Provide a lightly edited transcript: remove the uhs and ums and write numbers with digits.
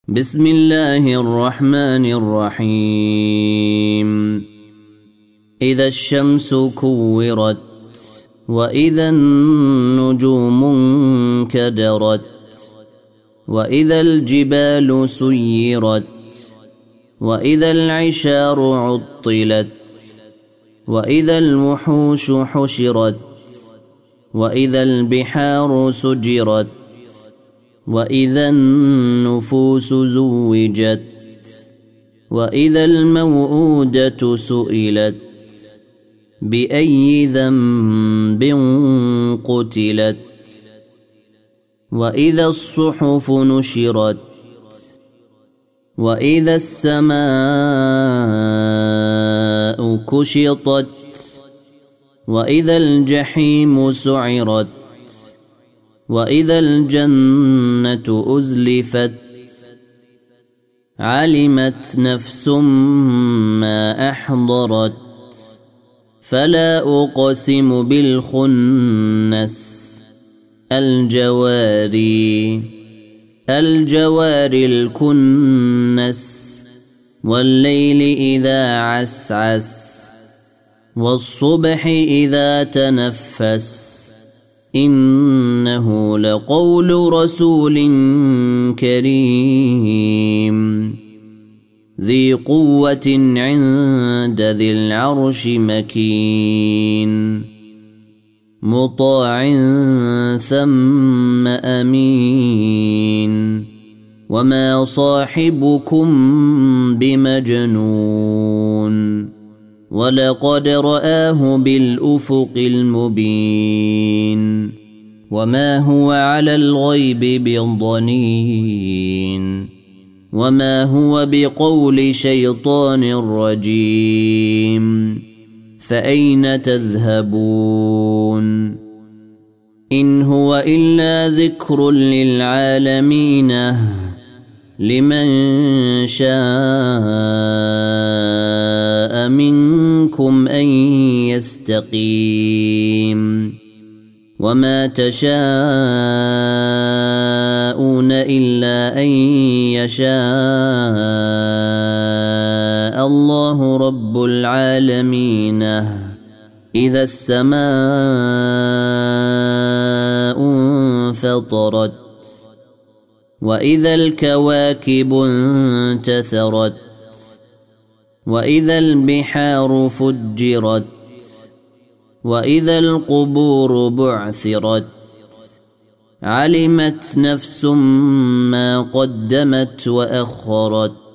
بسم الله الرحمن الرحيم. إذا الشمس كورت وإذا النجوم انكدرت وإذا الجبال سيرت وإذا العشار عطلت وإذا الوحوش حشرت وإذا البحار سجرت وإذا النفوس زوجت وإذا الموءودة سئلت بأي ذنب قتلت وإذا الصحف نشرت وإذا السماء كشطت وإذا الجحيم سعرت وإذا الجنة أزلفت علمت نفس ما أحضرت فلا أقسم بالخنس الجوار الكنس والليل إذا عسعس والصبح إذا تنفس إنه لقول رسول كريم ذي قوة عند ذي العرش مكين مطاع ثم أمين وما صاحبكم بمجنون ولقد رآه بالأفق المبين وما هو على الغيب بضنين وما هو بقول شيطان رجيم فأين تذهبون إن هو إلا ذكر للعالمين لمن شاء منكم أن يستقيم وما تشاءون إلا أن يشاء الله رب العالمين إذا السماء انفطرت وإذا الكواكب انتثرت وإذا البحار فجرت وإذا القبور بعثرت علمت نفس ما قدمت وأخرت